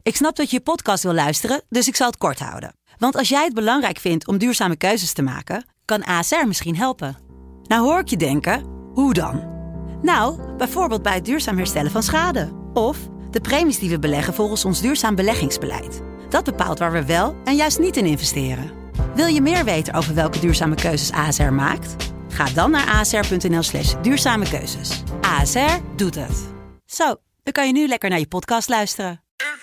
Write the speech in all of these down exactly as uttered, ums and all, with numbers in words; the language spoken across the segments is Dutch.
Ik snap dat je je podcast wil luisteren, dus ik zal het kort houden. Want als jij het belangrijk vindt om duurzame keuzes te maken, kan A S R misschien helpen. Nou hoor ik je denken, hoe dan? Nou, bijvoorbeeld bij het duurzaam herstellen van schade. Of de premies die we beleggen volgens ons duurzaam beleggingsbeleid. Dat bepaalt waar we wel en juist niet in investeren. Wil je meer weten over welke duurzame keuzes A S R maakt? Ga dan naar asr.nl slash duurzame keuzes. A S R doet het. Zo, dan kan je nu lekker naar je podcast luisteren.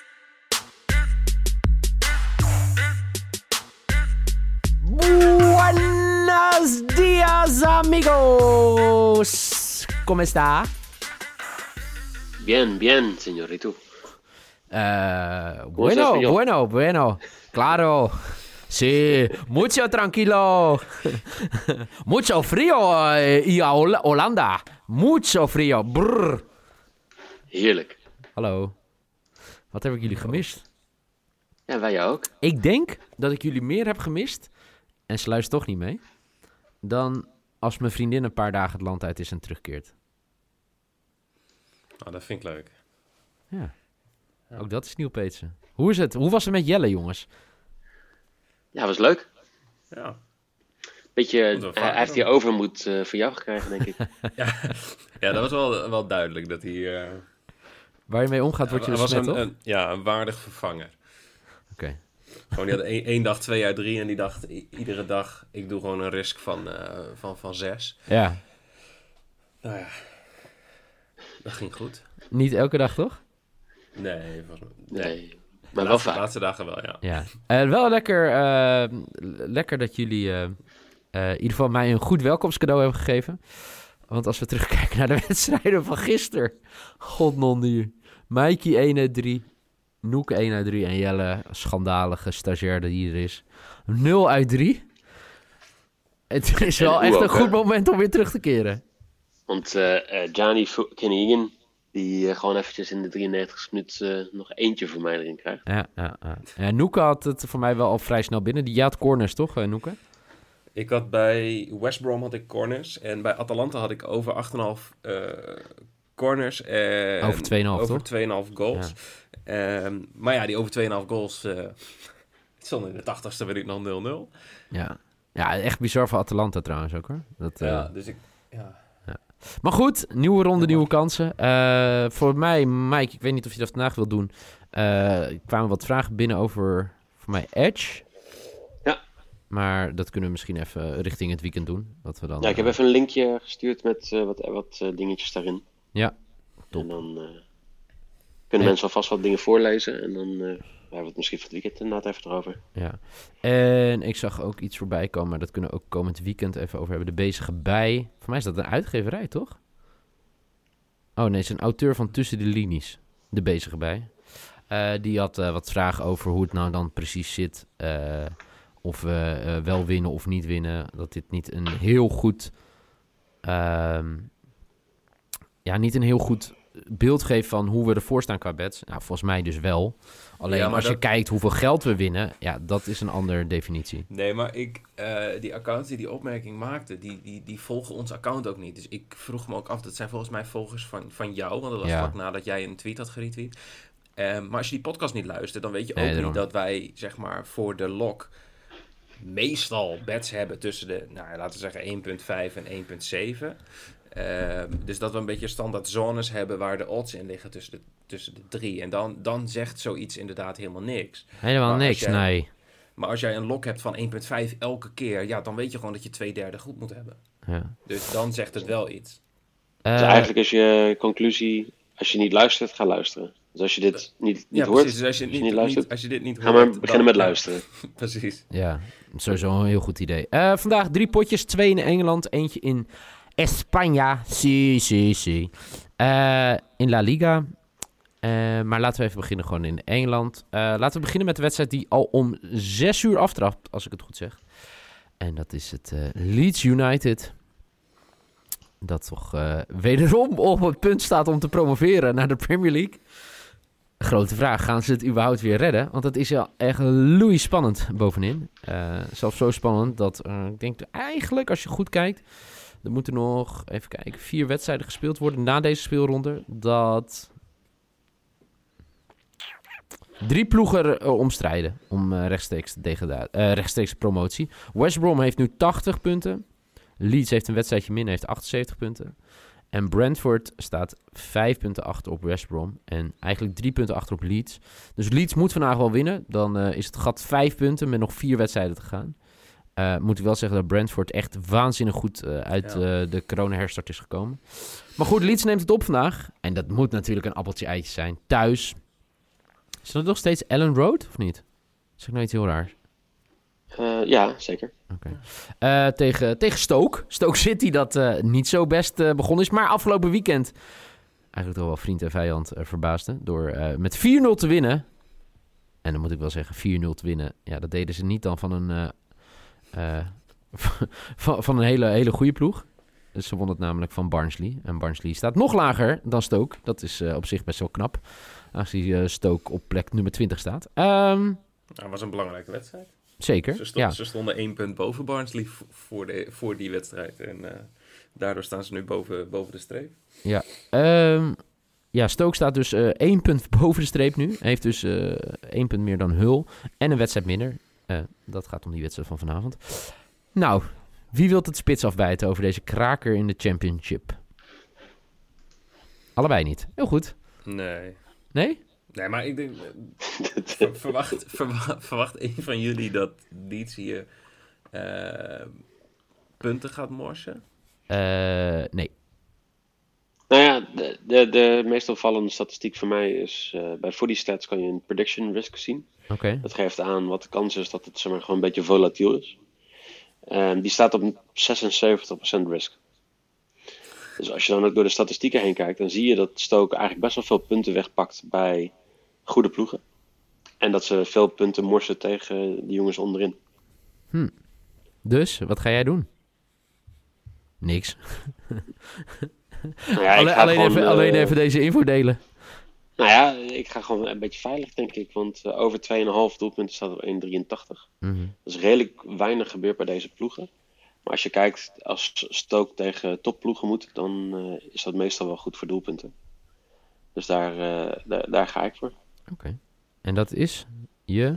Buenos días, amigos. ¿Cómo está? Bien, bien, señorito. Uh, bueno, bueno, bueno. Claro. Sí, mucho tranquilo. Mucho frío y a Holanda. Mucho frío. Brrr. Heerlijk. Hallo. Wat heb ik jullie gemist? Ja, wij ook. Ik denk dat ik jullie meer heb gemist, en ze luistert toch niet mee, dan als mijn vriendin een paar dagen het land uit is en terugkeert. Oh, dat vind ik leuk. Ja, ja. Ook dat is nieuw, Peetse. Hoe is het? Hoe was het met Jelle, jongens? Ja, was leuk. Ja. Beetje, hij, hij heeft hier overmoed uh, voor jou gekregen, denk ik. ja. ja, dat was wel, wel duidelijk dat hij... Uh... Waar je mee omgaat, word je ja, besmet, was een, toch? een, ja, een waardig vervanger. Oké. Okay. Gewoon, die had één, één dag twee uit drie en die dacht i- iedere dag, ik doe gewoon een risk van, uh, van, van zes. Ja. Nou ja, dat ging goed. Niet elke dag, toch? Nee, was, nee. nee. Maar de wel laatste, vaak. De laatste dagen wel, ja. Ja. Uh, wel lekker, uh, lekker dat jullie uh, uh, in ieder geval mij een goed welkomstcadeau hebben gegeven. Want als we terugkijken naar de wedstrijden van gisteren. God non nu. Mikey één uit drie. Noek één uit drie. En Jelle, schandalige stagiair die er is. nul uit drie. Het is wel echt een goed moment om weer terug te keren. Want uh, uh, Gianni Kenegan, die uh, gewoon eventjes in de drieënnegentigste minuut uh, nog eentje voor mij erin krijgt. Ja, ja, ja. ja Noeke had het voor mij wel al vrij snel binnen. Die had corners, toch, Noeke? Ik had bij West Brom had ik corners. En bij Atalanta had ik over acht komma vijf uh, corners. En over twee komma vijf, over toch? twee komma vijf goals. Ja. Um, maar ja, die over twee komma vijf goals... Uh, het stond in de tachtigste minuut nog nul nul. Ja. Ja, echt bizar voor Atalanta trouwens ook, hoor. Dat, uh... ja, dus ik... Ja. Ja. Maar goed, nieuwe ronde, nieuwe kansen. Uh, voor mij, Mike, ik weet niet of je dat vandaag wilt doen. Uh, er kwamen wat vragen binnen over, voor mij, Edge. Ja. Maar dat kunnen we misschien even richting het weekend doen. Dat we dan, ja, ik heb uh, even een linkje gestuurd met uh, wat, wat uh, dingetjes daarin. Ja, top. En dan uh, kunnen ja. mensen alvast wat dingen voorlezen. En dan uh, hebben we het misschien van het weekend inderdaad even erover. Ja, en ik zag ook iets voorbij komen, maar dat kunnen we ook komend weekend even over hebben. De bezige bij. Voor mij is dat een uitgeverij, toch? Oh nee, het is een auteur van Tussen de Linies. De bezige bij. Uh, die had uh, wat vragen over hoe het nou dan precies zit. Uh, of we uh, wel winnen of niet winnen. Dat dit niet een heel goed... Uh, ja, niet een heel goed beeld geeft van hoe we ervoor staan qua bets. Nou, volgens mij dus wel. Alleen ja, als dat... je kijkt hoeveel geld we winnen, ja, dat is een andere definitie. Nee, maar ik, uh, die accounts die die opmerking maakten, die, die, die volgen ons account ook niet. Dus ik vroeg me ook af, dat zijn volgens mij volgers van, van jou, want dat was ja. vlak nadat jij een tweet had geretweet. Uh, maar als je die podcast niet luistert, dan weet je ook nee, niet dat wij, zeg maar, voor de lock meestal bets hebben tussen de, nou, laten we zeggen één komma vijf en één komma zeven. Uh, dus dat we een beetje standaard zones hebben waar de odds in liggen tussen de, tussen de drie. En dan, dan zegt zoiets inderdaad helemaal niks. Helemaal maar niks, jij, nee. Maar als jij een lock hebt van één komma vijf elke keer, ja, dan weet je gewoon dat je twee derde goed moet hebben. Ja. Dus dan zegt het wel iets. Uh, dus eigenlijk is je conclusie, als je niet luistert, ga luisteren. Dus als je dit niet, niet ja, hoort, precies, dus als, je als je niet, niet luistert, niet, als je dit niet ga hoort, maar beginnen met luisteren. Precies. Ja, sowieso een heel goed idee. Uh, vandaag drie potjes, twee in Engeland, eentje in España, sí, sí, sí. Uh, in La Liga. Uh, maar laten we even beginnen gewoon in Engeland. Uh, laten we beginnen met de wedstrijd die al om zes uur aftrapt, als ik het goed zeg. En dat is het uh, Leeds United. Dat toch uh, wederom op het punt staat om te promoveren naar de Premier League. Grote vraag, gaan ze het überhaupt weer redden? Want het is ja echt loeispannend spannend bovenin. Uh, zelfs zo spannend dat uh, ik denk eigenlijk, als je goed kijkt, er moeten nog, even kijken, vier wedstrijden gespeeld worden na deze speelronde. Dat Drie ploegen uh, omstrijden om uh, rechtstreeks, degrada- uh, rechtstreeks promotie. West Brom heeft nu tachtig punten. Leeds heeft een wedstrijdje minder, heeft achtenzeventig punten. En Brentford staat vijf punten achter op West Brom. En eigenlijk drie punten achter op Leeds. Dus Leeds moet vandaag wel winnen. Dan uh, is het gat vijf punten met nog vier wedstrijden te gaan. Uh, moet ik wel zeggen dat Brentford echt waanzinnig goed uh, uit ja. uh, de corona-herstart is gekomen. Maar goed, Leeds neemt het op vandaag. En dat moet natuurlijk een appeltje-eitje zijn. Thuis. Is dat nog steeds Ellen Road, of niet? Zeg ik nou iets heel raars? Uh, ja, zeker. Okay. Uh, tegen, tegen Stoke. Stoke City dat uh, niet zo best uh, begonnen is. Maar afgelopen weekend eigenlijk toch wel vriend en vijand uh, verbaasde. Door uh, met vier nul te winnen. En dan moet ik wel zeggen, vier nul te winnen. Ja, dat deden ze niet dan van een, uh, uh, van, van een hele, hele goede ploeg. Dus ze won het namelijk van Barnsley. En Barnsley staat nog lager dan Stoke. Dat is uh, op zich best wel knap. Aangezien uh, Stoke op plek nummer twintig staat. Um, dat was een belangrijke wedstrijd. Zeker, ze, stond, ja. ze stonden één punt boven Barnsley voor, de, voor die wedstrijd. En uh, daardoor staan ze nu boven, boven de streep. Ja, um, ja, Stoke staat dus uh, één punt boven de streep nu. Heeft dus uh, één punt meer dan Hull. En een wedstrijd minder. Uh, dat gaat om die wedstrijd van vanavond. Nou, wie wil het spits afbijten over deze kraker in de Championship? Allebei niet. Heel goed. Nee. Nee? Nee, maar ik denk... ver, verwacht, verwacht, verwacht een van jullie dat Leeds hier uh, punten gaat morsen? Uh, nee. Nou ja, de, de, de meest opvallende statistiek voor mij is... Uh, bij Footy Stats kan je een prediction risk zien. Oké. Okay. Dat geeft aan wat de kans is dat het zeg maar, gewoon een beetje volatiel is. Um, die staat op zesenzeventig procent risk. Dus als je dan ook door de statistieken heen kijkt... dan zie je dat Stoke eigenlijk best wel veel punten wegpakt bij goede ploegen. En dat ze veel punten morsen tegen de jongens onderin. Hm. Dus, wat ga jij doen? Niks. Nou ja, alleen, alleen, gewoon, even, uh, alleen even deze info delen. Nou ja, ik ga gewoon een beetje veilig, denk ik. Want uh, over twee komma vijf doelpunten staat op één komma drieëntachtig. Mm-hmm. Dat is redelijk weinig gebeurd bij deze ploegen. Maar als je kijkt, als Stoke tegen topploegen moet, dan uh, is dat meestal wel goed voor doelpunten. Dus daar, uh, daar, daar ga ik voor. Oké. Okay. En dat is je?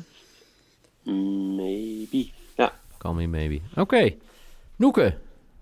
Maybe, ja. Call me maybe. Oké. Okay. Noeke.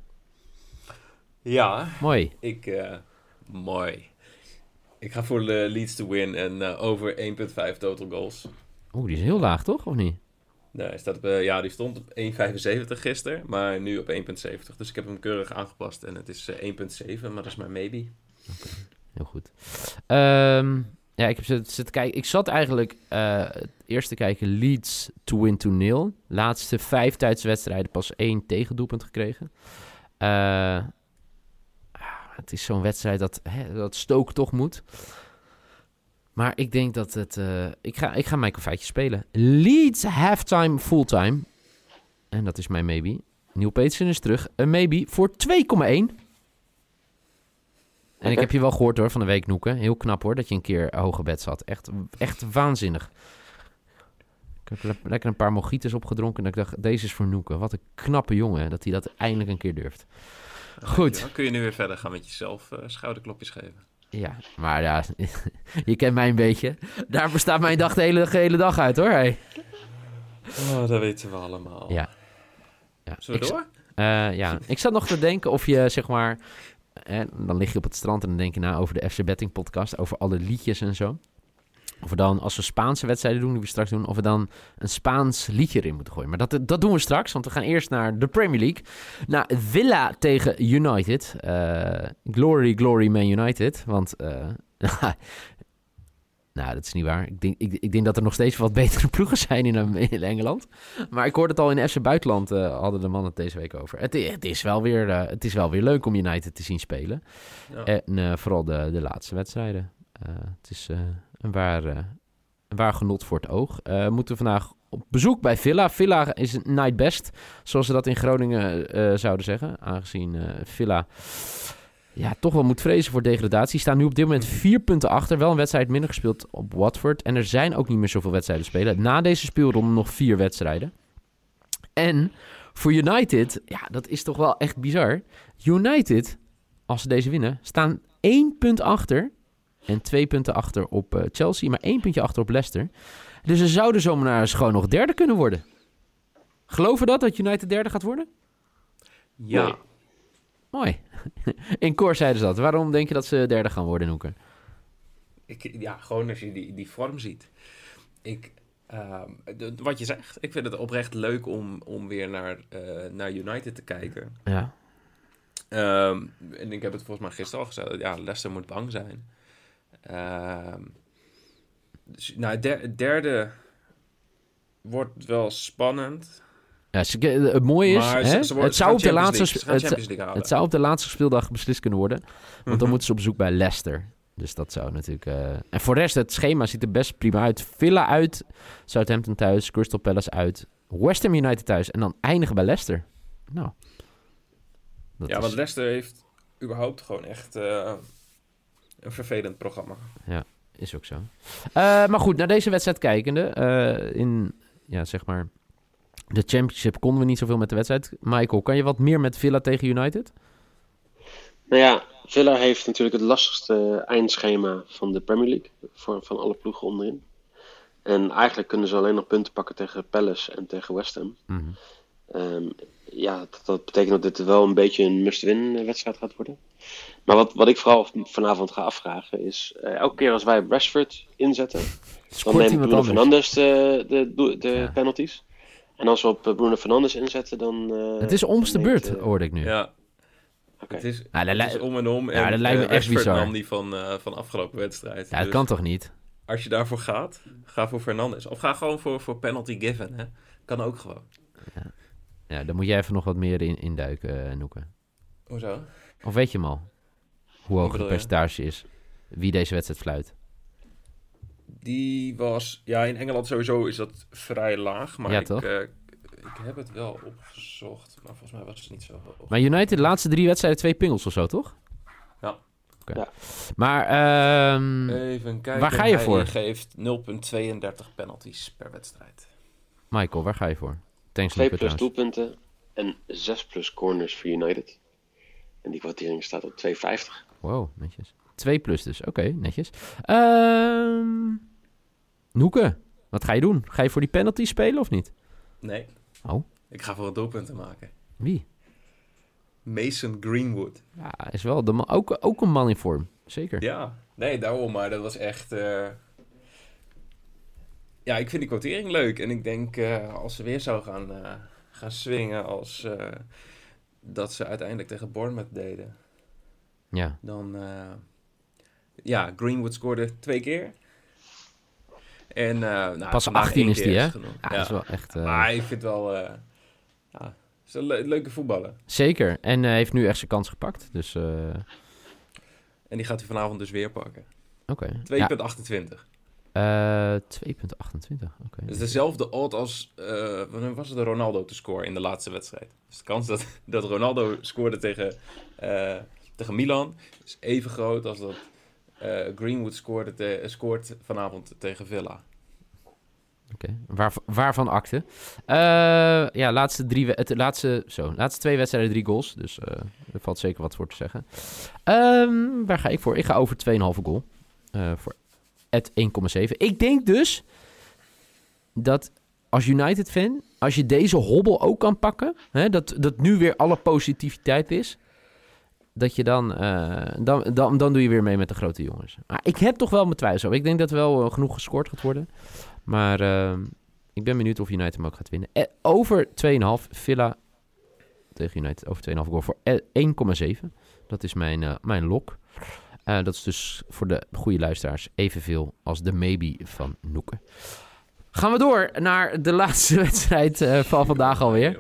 Ja. Mooi. Ik, uh, mooi. Ik ga voor de Leeds to win en uh, over één komma vijf total goals. Oeh, die is heel laag, toch? Of niet? Nee, staat op, uh, ja, die stond op één komma vijfenzeventig gisteren, maar nu op één komma zeventig. Dus ik heb hem keurig aangepast en het is uh, één komma zeven, maar dat is maar maybe. Oké, okay, heel goed. Um, ja, ik heb zitten kijken. Ik zat eigenlijk uh, het eerste kijken Leeds to win to nil. Laatste vijf tijdswedstrijden pas één tegendoelpunt gekregen. Uh, het is zo'n wedstrijd dat, hè, dat Stoke toch moet. Maar ik denk dat het... Uh, ik ga, ik ga mijn feitje spelen. Leeds halftime fulltime. En dat is mijn maybe. Neil Petersen is terug. Een maybe voor twee komma één. En okay. Ik heb je wel gehoord hoor van de week, Noeke. Heel knap hoor, dat je een keer hoge bed zat. Echt, echt waanzinnig. Ik heb lekker een paar mojitos opgedronken. En ik dacht, deze is voor Noeke. Wat een knappe jongen, dat hij dat eindelijk een keer durft. Goed. Dan kun je nu weer verder gaan met jezelf uh, schouderklopjes geven. Ja, maar ja, je kent mij een beetje. Daar bestaat mijn dag de hele, de hele dag uit, hoor. Hey. Oh, dat weten we allemaal. Ja. ja. Zullen we ik, door? Uh, ja, ik zat nog te denken of je, zeg maar... En dan lig je op het strand en dan denk je na over de F C Betting podcast, over alle liedjes en zo. Of we dan, als we Spaanse wedstrijden doen, die we straks doen, of we dan een Spaans liedje erin moeten gooien. Maar dat, dat doen we straks, want we gaan eerst naar de Premier League. Naar Villa tegen United. Uh, glory, glory Man United. Want, uh, nou, dat is niet waar. Ik denk, ik, ik denk dat er nog steeds wat betere ploegen zijn in, in Engeland. Maar ik hoorde het al in F C Buitenland, uh, hadden de mannen het deze week over. Het, het, is wel weer, uh, het is wel weer leuk om United te zien spelen. Ja. En uh, vooral de, de laatste wedstrijden. Uh, het is... Uh, Een waar, uh, een waar genot voor het oog. Uh, we moeten vandaag op bezoek bij Villa. Villa is een night best, zoals ze dat in Groningen uh, zouden zeggen. Aangezien uh, Villa ja, toch wel moet vrezen voor degradatie. Staan nu op dit moment vier punten achter. Wel een wedstrijd minder gespeeld op Watford. En er zijn ook niet meer zoveel wedstrijden spelen. Na deze speelronde nog vier wedstrijden. En voor United, ja, dat is toch wel echt bizar. United, als ze deze winnen, staan één punt achter En twee punten achter op uh, Chelsea. Maar één puntje achter op Leicester. Dus ze zouden zomaar eens gewoon nog derde kunnen worden. Geloven dat, dat United derde gaat worden? Ja. Nee. Mooi. In koor zeiden ze dat. Waarom denk je dat ze derde gaan worden, Noeke? Ik, ja, gewoon als je die, die vorm ziet. Ik, uh, de, wat je zegt, ik vind het oprecht leuk om, om weer naar, uh, naar United te kijken. Ja. Um, en ik heb het volgens mij gisteren al gezegd. Ja, Leicester moet bang zijn. Um, dus, nou, der, derde wordt wel spannend. Ja, ze, het mooie is, Maar hè, ze, ze worden, het, zou op de laatste, League, het, het zou op de laatste speeldag beslist kunnen worden. Want dan Mm-hmm. moeten ze op bezoek bij Leicester. Dus dat zou natuurlijk... Uh... En voor de rest, het schema ziet er best prima uit. Villa uit, Southampton thuis, Crystal Palace uit, West Ham United thuis en dan eindigen bij Leicester. Nou. Dat ja, is... want Leicester heeft überhaupt gewoon echt uh, een vervelend programma. Ja, is ook zo. Uh, maar goed, naar deze wedstrijd kijkende. Uh, in, ja, zeg maar... De Championship konden we niet zoveel met de wedstrijd. Michael, kan je wat meer met Villa tegen United? Nou ja, Villa heeft natuurlijk het lastigste eindschema van de Premier League. Voor, van alle ploegen onderin. En eigenlijk kunnen ze alleen nog punten pakken tegen Palace en tegen West Ham. Mm-hmm. Um, ja, dat, dat betekent dat dit wel een beetje een must-win wedstrijd gaat worden. Maar wat, wat ik vooral vanavond ga afvragen is... Uh, elke keer als wij Rashford inzetten... dan neemt Bruno Fernandes de, de, de, de ja. penalties. En als we op Bruno Fernandes inzetten, dan... Uh, het is omste beurt, uh, hoorde ik nu. Ja. Okay. Het, is, ja, het is om en om. Ja, en dat lijkt me echt bizar. nam die van, uh, van afgelopen wedstrijd. Ja, dat dus kan toch niet? Als je daarvoor gaat, ga voor Fernandes. Of ga gewoon voor, voor penalty given. Hè? Kan ook gewoon. Ja. ja, dan moet jij even nog wat meer in, induiken, uh, Noeke. Hoezo? Of weet je hem al? Hoe hoog het percentage je? is? Wie deze wedstrijd fluit? Die was... Ja, in Engeland sowieso is dat vrij laag. Maar ja, ik, toch? Uh, ik heb het wel opgezocht. Maar volgens mij was het niet zo hoog. Maar United, de laatste drie wedstrijden, twee pingels of zo, toch? Ja. Okay. Ja. Maar, um, even kijken. Waar ga je Hij voor? geeft nul komma tweeëndertig penalties per wedstrijd. Michael, waar ga je voor? Thanks, twee plus doelpunten en zes plus corners voor United. En die kwartering staat op twee komma vijftig. Wow, netjes. twee plus dus, oké, okay, netjes. Um, Noeke, wat ga je doen? Ga je voor die penalty spelen of niet? Nee. Oh. Ik ga voor het doelpunten maken. Wie? Mason Greenwood. Ja, is wel de man, ook, ook een man in vorm. Zeker. Ja, nee, daarom. Maar dat was echt... Uh... Ja, ik vind die quotering leuk. En ik denk, uh, als ze weer zou gaan, uh, gaan swingen als uh, dat ze uiteindelijk tegen Bournemouth deden. Ja. Dan, uh... ja, Greenwood scoorde twee keer. En, uh, nou, pas achttien is die, hè? Ja, ja, dat is wel echt... Uh... Maar ik vind het wel... Uh... Ja, is een le- leuke voetballer. Zeker. En uh, heeft nu echt zijn kans gepakt. Dus, uh... En die gaat hij vanavond dus weer pakken. Oké. Okay. twee komma achtentwintig. Ja. Uh, twee komma achtentwintig, oké. Okay. Dus dezelfde odd als... Uh, wanneer was het de Ronaldo te scoren in de laatste wedstrijd? Dus de kans dat, dat Ronaldo scoorde tegen, uh, tegen Milan is even groot als dat uh, Greenwood scoorde te, uh, scoort vanavond tegen Villa. Oké, okay. Waar, waarvan akte? Uh, ja, laatste, drie, het, laatste, zo, laatste twee wedstrijden, drie goals. Dus uh, er valt zeker wat voor te zeggen. Um, waar ga ik voor? Ik ga over twee komma vijf goal. Uh, voor at één komma zeven. Ik denk dus dat als United-fan, als je deze hobbel ook kan pakken, hè, dat, dat nu weer alle positiviteit is, dat je dan, uh, dan, dan, dan doe je weer mee met de grote jongens. Maar ik heb toch wel mijn twijfels over. Ik denk dat er wel uh, genoeg gescoord gaat worden. Maar uh, ik ben benieuwd of United hem ook gaat winnen. Eh, over twee komma vijf, Villa tegen United, over twee komma vijf goal voor één komma zeven. Dat is mijn, uh, mijn lock. Uh, dat is dus voor de goede luisteraars evenveel als de maybe van Noeke. Gaan we door naar de laatste wedstrijd uh, van vandaag alweer.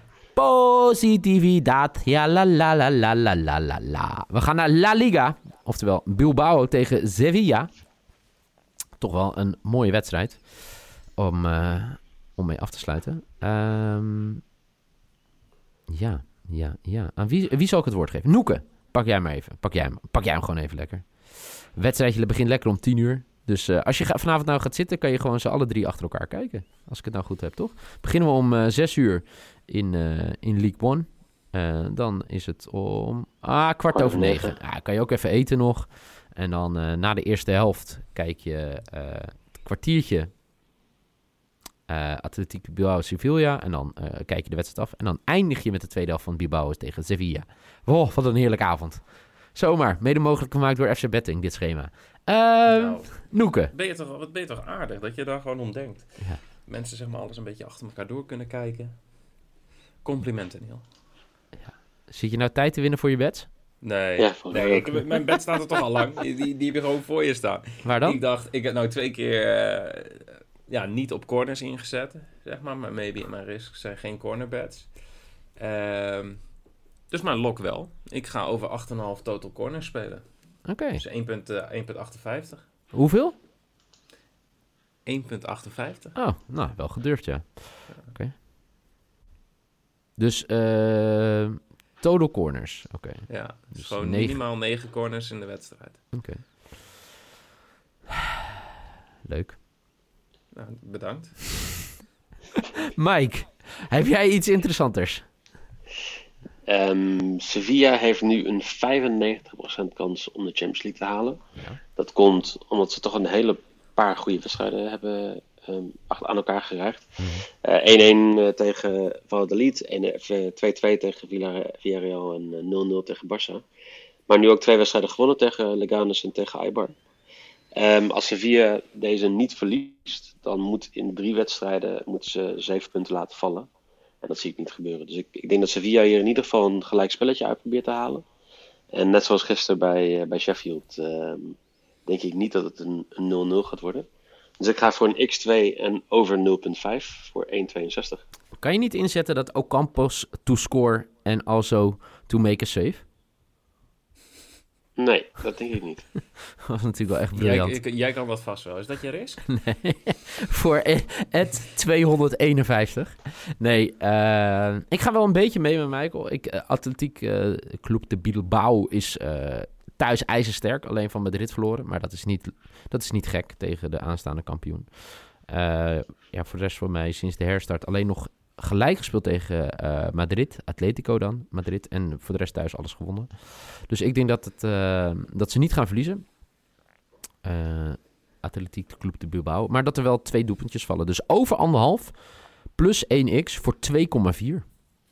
Positividad, ja la la la la la la la la. We gaan naar La Liga, oftewel Bilbao tegen Sevilla. Toch wel een mooie wedstrijd om, uh, om mee af te sluiten. Um, ja, ja, ja. Aan wie, wie zal ik het woord geven? Noeke, pak jij maar even. Pak jij hem, pak jij hem gewoon even lekker. Wedstrijdje begint lekker om tien uur. Dus uh, als je ga, vanavond nou gaat zitten, kan je gewoon ze alle drie achter elkaar kijken. Als ik het nou goed heb, toch? Beginnen we om uh, zes uur in, uh, in League One. Uh, dan is het om ah, kwart over negen. Ja, kan je ook even eten nog. En dan uh, na de eerste helft kijk je uh, het kwartiertje uh, Atletico Bilbao Sevilla. En dan uh, kijk je de wedstrijd af. En dan eindig je met de tweede helft van Bilbao tegen Sevilla. Oh, wat een heerlijke avond. Zomaar, mede mogelijk gemaakt door F C Betting, dit schema. Uh, nou, Noeke. Ben je toch, wat ben je toch aardig dat je daar gewoon om denkt. Ja. Mensen zeg maar alles een beetje achter elkaar door kunnen kijken. Complimenten, Neil. Ja. Zit je nou tijd te winnen voor je bets? Nee, ja, nee ik, mijn bed staat er toch al lang. Die, die, die heb je gewoon voor je staan. Waar dan? Ik dacht, ik heb nou twee keer uh, ja, niet op corners ingezet, zeg maar. Maar maybe in mijn risk zijn geen cornerbets. Uh, dus mijn lok wel. Ik ga over acht komma vijf total corners spelen. Oké. Okay. Dus één komma achtenvijftig. Hoeveel? één komma achtenvijftig. Oh, nou, wel gedurfd, ja. ja. Oké. Okay. Dus, uh, total corners. Oké. Okay. Ja, dus gewoon negen... minimaal negen corners in de wedstrijd. Oké. Okay. Leuk. Nou, bedankt. Mike, heb jij iets interessanters? Um, Sevilla heeft nu een vijfennegentig procent kans om de Champions League te halen. Ja. Dat komt omdat ze toch een hele paar goede wedstrijden hebben um, aan elkaar geraakt. Mm-hmm. Uh, één-één uh, tegen Valladolid, twee-twee tegen Villarreal en uh, nul nul tegen Barça. Maar nu ook twee wedstrijden gewonnen tegen Leganes en tegen Eibar. Um, als Sevilla deze niet verliest, dan moet in drie wedstrijden moeten ze zeven punten laten vallen. En dat zie ik niet gebeuren. Dus ik, ik denk dat Sevilla hier in ieder geval een gelijk spelletje uit probeert te halen. En net zoals gisteren bij, uh, bij Sheffield, uh, denk ik niet dat het een, een nul nul gaat worden. Dus ik ga voor een x twee en over nul komma vijf voor één komma tweeënzestig. Kan je niet inzetten dat Ocampos to score en also to make a save? Nee, dat denk ik niet. Dat was natuurlijk wel echt briljant. Jij, jij kan dat vast wel. Is dat je risk? Nee, voor het tweehonderdeenenvijftig. Nee, uh, ik ga wel een beetje mee met Michael. Ik, uh, Atletiek uh, Club de Bilbao is uh, thuis ijzersterk. Alleen van Madrid verloren. Maar dat is niet, dat is niet gek tegen de aanstaande kampioen. Uh, ja, voor de rest van mij sinds de herstart alleen nog gelijk gespeeld tegen uh, Madrid. Atletico dan, Madrid. En voor de rest thuis alles gewonnen. Dus ik denk dat, het, uh, dat ze niet gaan verliezen. Uh, Atletiek Club de Bilbao. Maar dat er wel twee doelpuntjes vallen. Dus over anderhalf plus één x voor twee komma vier.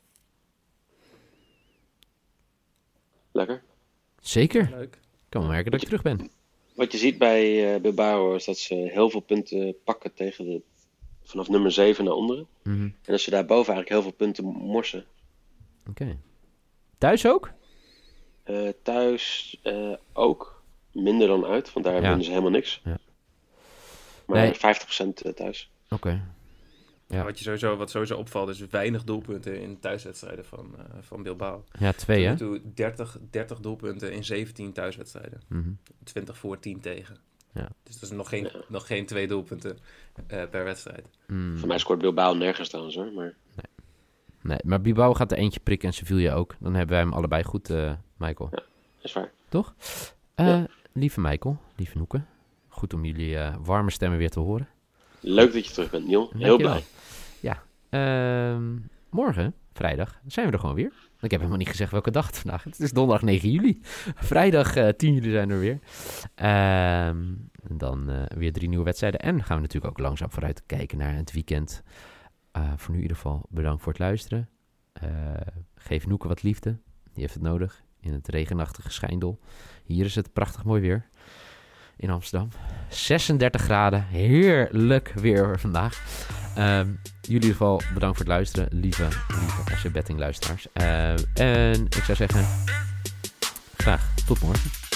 Lekker. Zeker. Leuk. Ik kan wel merken dat ik terug ben. Wat je ziet bij uh, Bilbao is dat ze heel veel punten pakken tegen de, vanaf nummer zeven naar onderen. Mm-hmm. En dat ze daarboven eigenlijk heel veel punten morsen. Oké. Okay. Thuis ook? Uh, thuis uh, ook. Minder dan uit, want daar ja. winnen ze helemaal niks. Ja. Maar nee. vijftig procent thuis. Oké. Okay. Ja. Wat, je sowieso, wat sowieso opvalt is weinig doelpunten in thuiswedstrijden van, uh, van Bilbao. Ja, twee hè? Toe dertig, dertig doelpunten in zeventien thuiswedstrijden. Mm-hmm. twintig voor, tien tegen. Ja. Dus dat is nog geen, ja. nog geen twee doelpunten uh, per wedstrijd. Mm. Voor mij scoort Bilbao nergens trouwens hoor. Maar... Nee. nee, maar Bilbao gaat er eentje prikken en Sevilla ook. Dan hebben wij hem allebei goed, uh, Michael. Ja, is waar. Toch? Uh, ja. Lieve Michael, lieve Noeke. Goed om jullie uh, warme stemmen weer te horen. Leuk dat je terug bent, Niel. Heel blij. Ja. Uh, morgen, vrijdag, zijn we er gewoon weer. Ik heb helemaal niet gezegd welke dag het vandaag is. Het is donderdag negen juli. Vrijdag uh, tien juli zijn we er weer. Uh, en dan uh, weer drie nieuwe wedstrijden. En gaan we natuurlijk ook langzaam vooruit kijken naar het weekend. Uh, voor nu in ieder geval bedankt voor het luisteren. Uh, geef Noeke wat liefde. Die heeft het nodig in het regenachtige Schijndel. Hier is het prachtig mooi weer in Amsterdam. zesendertig graden. Heerlijk weer vandaag. Um, jullie in ieder geval bedankt voor het luisteren. Lieve, lieve F C Betting luisteraars. Uh, en ik zou zeggen, graag tot morgen.